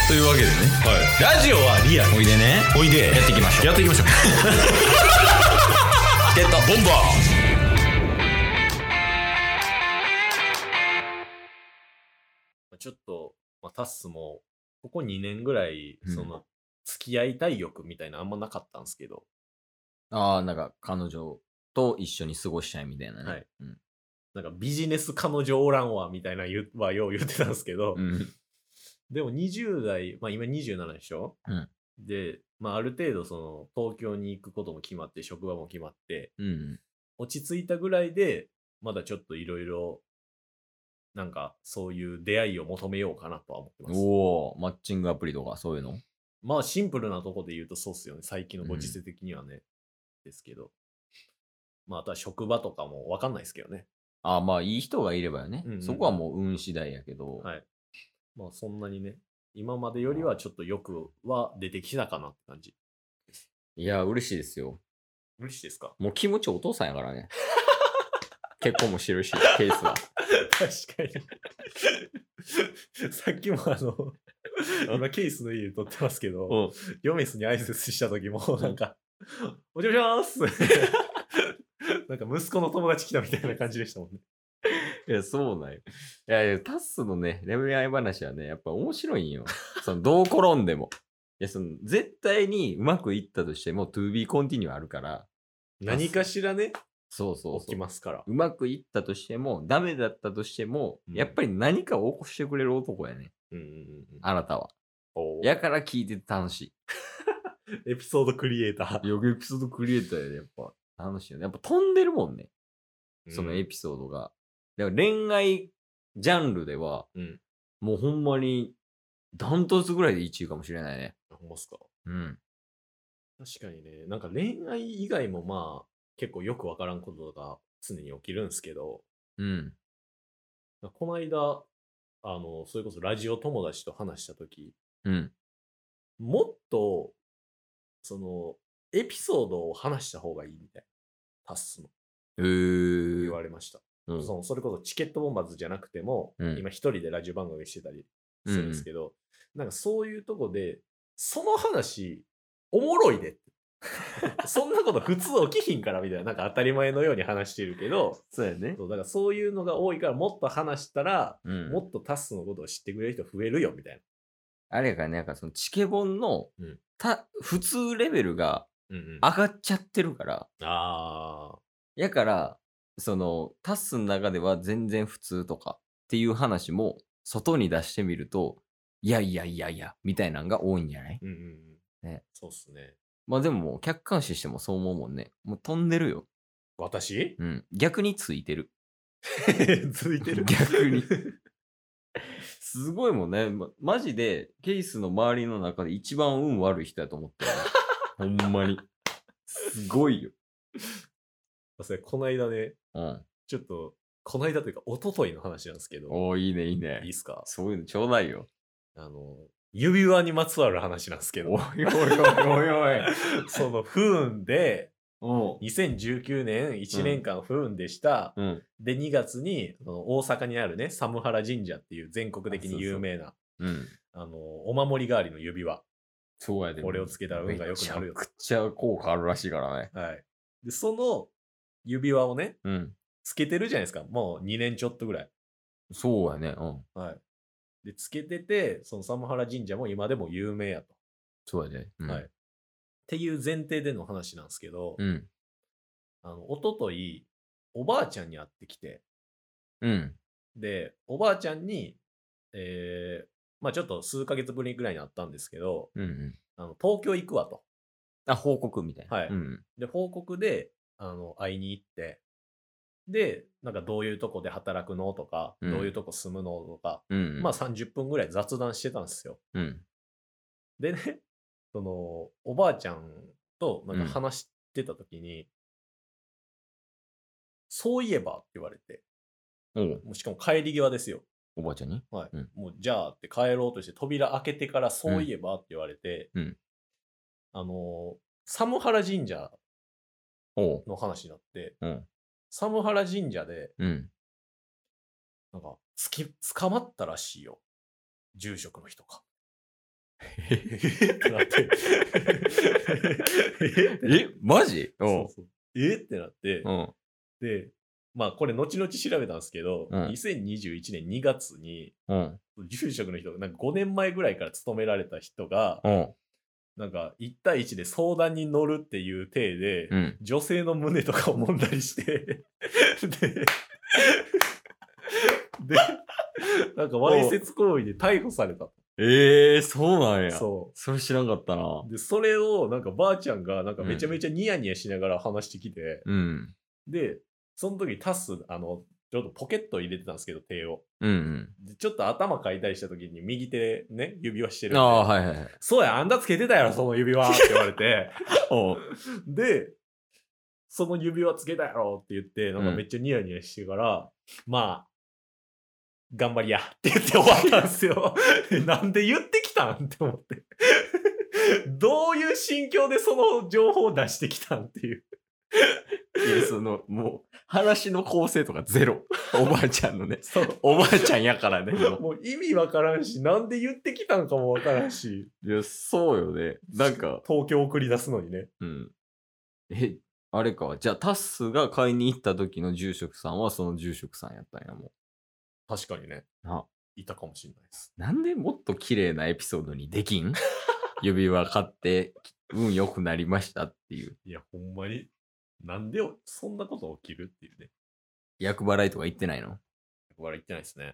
というわけでね、 はい、ラジオはリアル。 おいでね、 おいでやっていきましょう。 やっていきましょう。 ゲットボンバー。ちょっと、タッスもここ2年ぐらい、 うんその付き合いたい欲みたいなあんまなかったんですけど、 ああ、なんか彼女と一緒に過ごしたいみたいなね。 はいなんかビジネス彼女おらんわみたいなはよう言ってたんですけど、 うん。 でも20代、今27でしょ、 うんで、ある程度その東京に行くことも決まって、職場も決まって、 うん。 落ち着いたぐらいで、まだちょっといろいろ、なんかそういう出会いを求めようかなとは思ってます。 おお、マッチングアプリとかそういうの。 シンプルなとこで言うとそうっすよね。最近のご時世的にはね。ですけど。あとは職場とかもわかんないですけどね。 ああ、まあいい人がいればよね。 うんうんうんそこはもう運次第やけど。 はい。そんなにね、今までよりはちょっと欲は出てきたかなって感じ。 いや、嬉しいですよ。 無理しですか？ もう気持ちお父さんやからね。結婚もしてるし、ケースは。 確かに。さっきも今ケースの家で撮ってますけど、 うん。 ヨメスに挨拶した時もなんか、お邪魔しますなんか息子の友達来たみたいな感じでしたもんね。 いや、そうなんよ。いやいや、タッスのね、恋愛話はね、やっぱ面白いんよ。どう転んでも。いや、絶対にうまくいったとしても、to be continue あるから。 何かしらね、 そうそう起きそう。 ますから。 うまくいったとしても、ダメだったとしても、 うんやっぱり何かを起こしてくれる男やね。 うんうんうん。 あなたは。 おーやから聞いてて楽しエピソードクリエイターい。。よくエピソードクリエイターやで、やっぱ楽しいよね。やっぱ飛んでるもんね。そのエピソードが。だから恋愛ジャンルでは、 うん。 もうほんまに、ダントツぐらいで1位かもしれないね。 ほんまっすか。 うん。 確かにね、なんか恋愛以外も結構よくわからんことが常に起きるんですけど、 うん。 この間、それこそラジオ友達と話したとき、 うん。 もっと、エピソードを話した方がいいみたいな、タッスの言われました。 うん。 それこそチケットボンバーズじゃなくても、 うん今一人でラジオ番組してたりするんですけど、なんかそういうとこで、その話、おもろいでって。そんなこと普通起きひんからみたいな、なんか当たり前のように話してるけど、 そうやね。 だからそういうのが多いからもっと話したら、 うん。 もっとタスのことを知ってくれる人増えるよみたいあれやからね、なんかそのチケボンの、 うん普通レベルがな。うんうん。 上がっちゃってるから、 あやから、タスの中では全然普通とかっていう話も外に出してみると、いやいやいやいや、みたいなのが多いんじゃないうんうんうん。 ね。 そうっすね。 まあでももう客観視してもそう思うもんね。もう飛んでるよ。 私うん。逆についてる。 ついてる。 逆に。すごいもんね。マジで、ケースの周りの中で一番運悪い人やと思ってる、ね。ほんまに。すごいよ。 それこの間ね、 うん。 ちょっと、この間というか、一昨日の話なんですけど、 おー、いいね、いいね。 いいっすか？ そういうのちょうだいよ。 指輪にまつわる話なんですけど、 おいおいおいおいおい。 その不運で、 うん。 2019年1年間不運でした。 うん。 で、2月に大阪にあるね、寒原神社っていう全国的に有名な、 うん。 お守り代わりの指輪。 そうやで。 これをつけたら運が良くなるよめちゃくちゃ効果あるらしいからね。 はい。で、その指輪をね、 うん。 つけてるじゃないですか。もう2年ちょっとぐらい。 そうやね。うん。 はい。で、つけてて、その寒原神社も今でも有名やと。 そうやで。うん。 はい。っていう前提での話なんですけど、 うん。 一昨日おばあちゃんに会ってきて、 うん。 で、おばあちゃんに、ちょっと数ヶ月ぶりぐらいに会ったんですけど、 うん。うん。 東京行くわと。 あ、報告みたいな。 はいうん。 で、報告で、会いに行って、で、なんかどういうとこで働くのとか、 うんどういうとこ住むのとか、 うん。 30分ぐらい雑談してたんですよ。 うん。 でね、おばあちゃんとなんか話してた時に、そういえばって言われて、 おう。 もうしかも帰り際ですよ。 おばあちゃんにはい。 うんもうじゃあって帰ろうとして扉開けてからそういえばって言われて、 うん。 寒原神社おう。 の話になって、 うん。 寒原神社で、 うん。 なんか、捕まったらしいよ。住職の人か。 ってなって。 マジそうそう。ってなって、 うん。 で、まあこれ後々調べたんですけど、 うん 2021年2月に、 うん。 住職の人が、なんか5年前ぐらいから勤められた人が、 うん。 なんか1対1で相談に乗るっていう体で、 うん。 女性の胸とかを揉んだりして、で、なんかわいせつ行為で逮捕された。 そうなんや。 そそれ知らんかったな。 う。で、それをなんかばあちゃんがなんかめちゃめちゃニヤニヤしながら話してきて、 うん。 で、その時タス、ちょっとポケット入れてたんですけど、手を。 うんでちょっと頭かいたりした時に右手ね、指輪してるんで。 ああ、はいはいはい。 そうや、あんたつけてたやろ、その指輪って言われて。 おうで、その指輪つけたやろって言って、なんかめっちゃニヤニヤしてから、まあ、頑張りやって言って終わったんですよ。なんで言ってきたんって思って。どういう心境でその情報を出してきたんっていう。 いや、もう、話の構成とかゼロ。おばあちゃんのね。 そう。 おばあちゃんやからね。 もう意味わからんし、なんで言ってきたんかもわからんし。 いや、そうよね。なんか、 東京送り出すのにね。 うん。あれか。じゃあ、タスが買いに行った時の住職さんはその住職さんやったんや、も確かにね。 う。 いたかもしれないです。 なんでもっと綺麗なエピソードにできん指輪買って運良くなりましたっていう。 いや、ほんまに。なんでそんなこと起きるっていうね。 厄払いとか言ってないの？ 我々言ってないですね。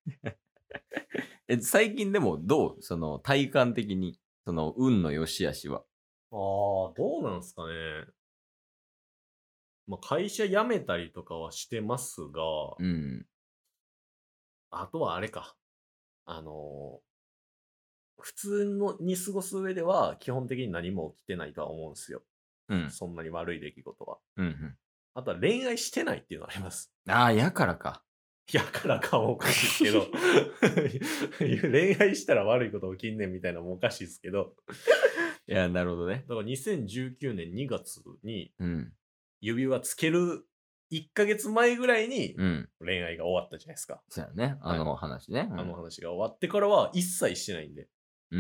最近でもどうその体感的に、その運の良し悪しは。 ああ、どうなんすかね。まあ、会社辞めたりとかはしてますが、 うん。 あとはあれか。あの普通のに過ごす上では基本的に何も起きてないとは思うんですよ。 うん。 そんなに悪い出来事は。 うん。 あとは恋愛してないっていうのはあります。 ああ、やからか。 やからかもおかしいですけど、恋愛したら悪いこと起きんねんみたいなのもおかしいですけど、 いや、なるほどね。 だから2019年2月にうん。 指輪つける1ヶ月前ぐらいにうん。 恋愛が終わったじゃないですか。 そうやね。あの話ね。 あの話が終わってからは一切してないんで。 うん。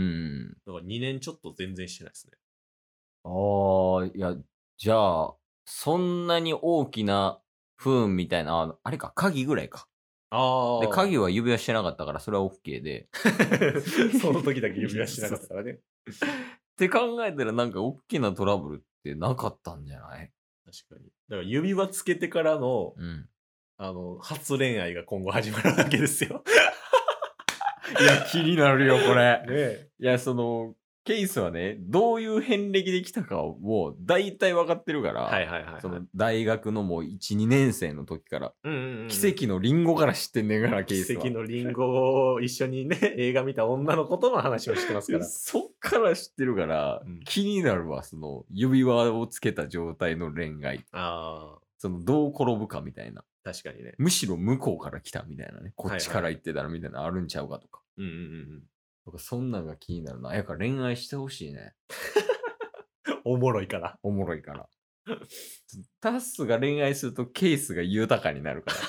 だから2年ちょっと全然してないですね。 ああ、いや、じゃあ、そんなに大きな不運みたいな、あれか、鍵ぐらいか。で、 ああ。 鍵は指輪してなかったから、それは OK で。 その時だけ指輪しなかったからね。 って考えたら、なんか大きなトラブルってなかったんじゃない？ 確かに。だから指輪つけてからの、 うん。 初恋愛が今後始まるわけですよ。 いや、気になるよ、これ。 ねえ。 いや、ケースはね、どういう遍歴で来たかをもう大体分かってるから、 はいはいはい、はい。 その大学のもう1、2年生の時から、 うんうんうん、 奇跡のリンゴから知ってんねんから、ケースは。 奇跡のリンゴを一緒にね、映画見た女の子との話をしてますから。 そっから知ってるから、 うん、 気になるわ、指輪をつけた状態の恋愛。 ああ。 どう転ぶかみたいな。 確かにね。 むしろ向こうから来たみたいなね。こっちから行ってたらみたいなのあるんちゃうかとか。 うんうんうん。 とかそんなんが気になるな。やから恋愛してほしいね。 おもろいから。 おもろいから。タッスが恋愛するとケースが豊かになるから。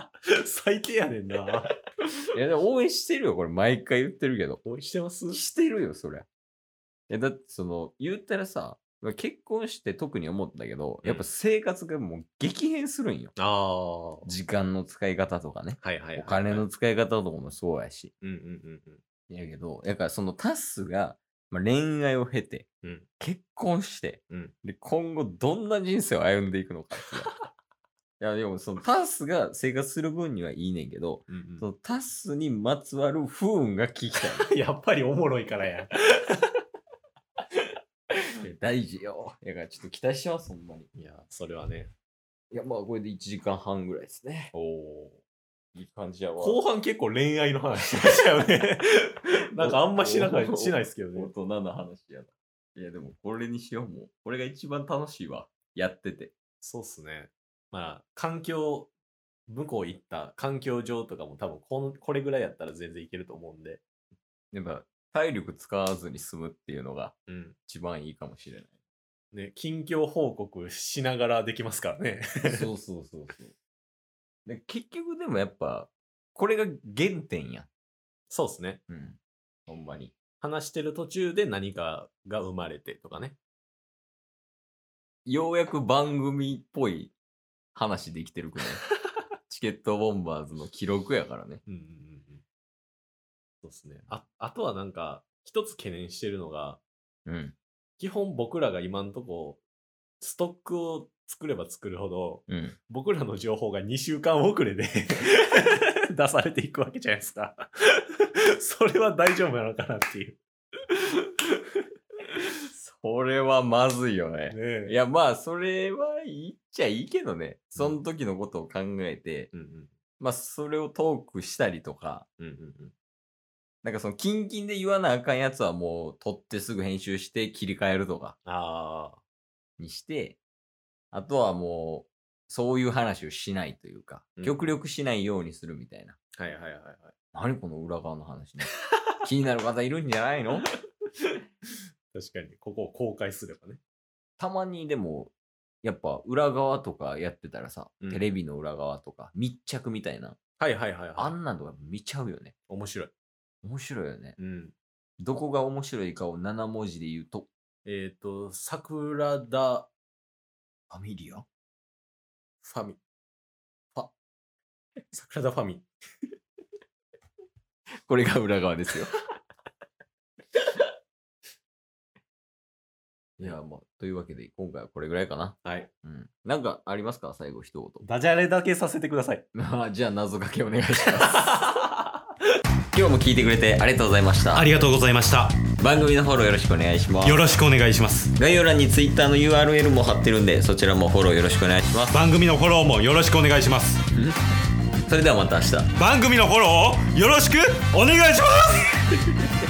最低やねんな。 いや、でも応援してるよ。これ毎回言ってるけど。 応援してます？ してるよ、そりゃ。だって言ったらさ、結婚して特に思ったけど、やっぱ生活がもう激変するんよ。 ああ。 時間の使い方とかね。 はいはいはい、はい。 お金の使い方とかもそうやし。 うんうんうんうん。 やけど、だからタッスが、恋愛を経て、 うん。 結婚して、 うん。 で、今後どんな人生を歩んでいくのかっていう。いや、でもタッスが生活する分にはいいねんけど、 うんタッスにまつわる不運が聞きたい。 やっぱりおもろいからや。 大事よ。だからちょっと期待してます、ほんまに。 いや、それはね。 いや、まあこれで1時間半ぐらいですね。 おお。 いい感じやわ。 後半結構恋愛の話しましたよね。なんかあんましないですけどね。 大人の話やな。いや、でもこれにしよう、もう。これが一番楽しいわ。やってて。 そうっすね。まあ、向こう行った環境上とかも多分これぐらいやったら全然いけると思うんで。 やっぱ、体力使わずに済むっていうのがうん。 一番いいかもしれない。 ね、近況報告しながらできますからね。 そうそうそうそう。で結局でもやっぱ、これが原点やん。 そうっすね。 うん。ほんまに。 話してる途中で何かが生まれてとかね。 ようやく番組っぽい話できてるくね。チケットボンバーズの記録やからね。 うんうんうんうん。そうですね。あとはなんか、一つ懸念してるのが、 うん。 基本僕らが今んとこ、ストックを作れば作るほど、 うん。 僕らの情報が2週間遅れで出されていくわけじゃないですか。それは大丈夫なのかなっていう。 それはまずいよね。 ねえ。 いや、まあ、それはいいっちゃいいけどね。その時のことを考えて、 うんうん。 まあ、それをトークしたりとか、 うんうんうん。 なんかその、キンキンで言わなあかんやつはもう、撮ってすぐ編集して切り替えるとかああ。 にして、あとはもう、そういう話をしないというか、 うん極力しないようにするみたいな。 はいはいはいはい。 何この裏側の話ね。気になる方いるんじゃないの？ 確かに、ここを公開すればね。 たまにでも、やっぱ裏側とかやってたらさ、 うんテレビの裏側とか、密着みたいな、 はいはいはいはい。 あんなんとか見ちゃうよね。 面白い。 面白いよね。 うん。 どこが面白いかを7文字で言うと、 桜田ファミリア？ ファミ。桜田ファミ。 これが裏側ですよ。いや、まあ、というわけで、今回はこれぐらいかな。 はい。 うん。なんかありますか？最後一言。 ダジャレだけさせてください。 じゃあ、謎かけお願いします。今日も聞いてくれてありがとうございました。 ありがとうございました。 番組のフォローよろしくお願いします。 よろしくお願いします。 概要欄に Twitter の URL も貼ってるんで、そちらもフォローよろしくお願いします。 番組のフォローもよろしくお願いします。 それではまた明日。 番組のフォローをよろしくお願いします。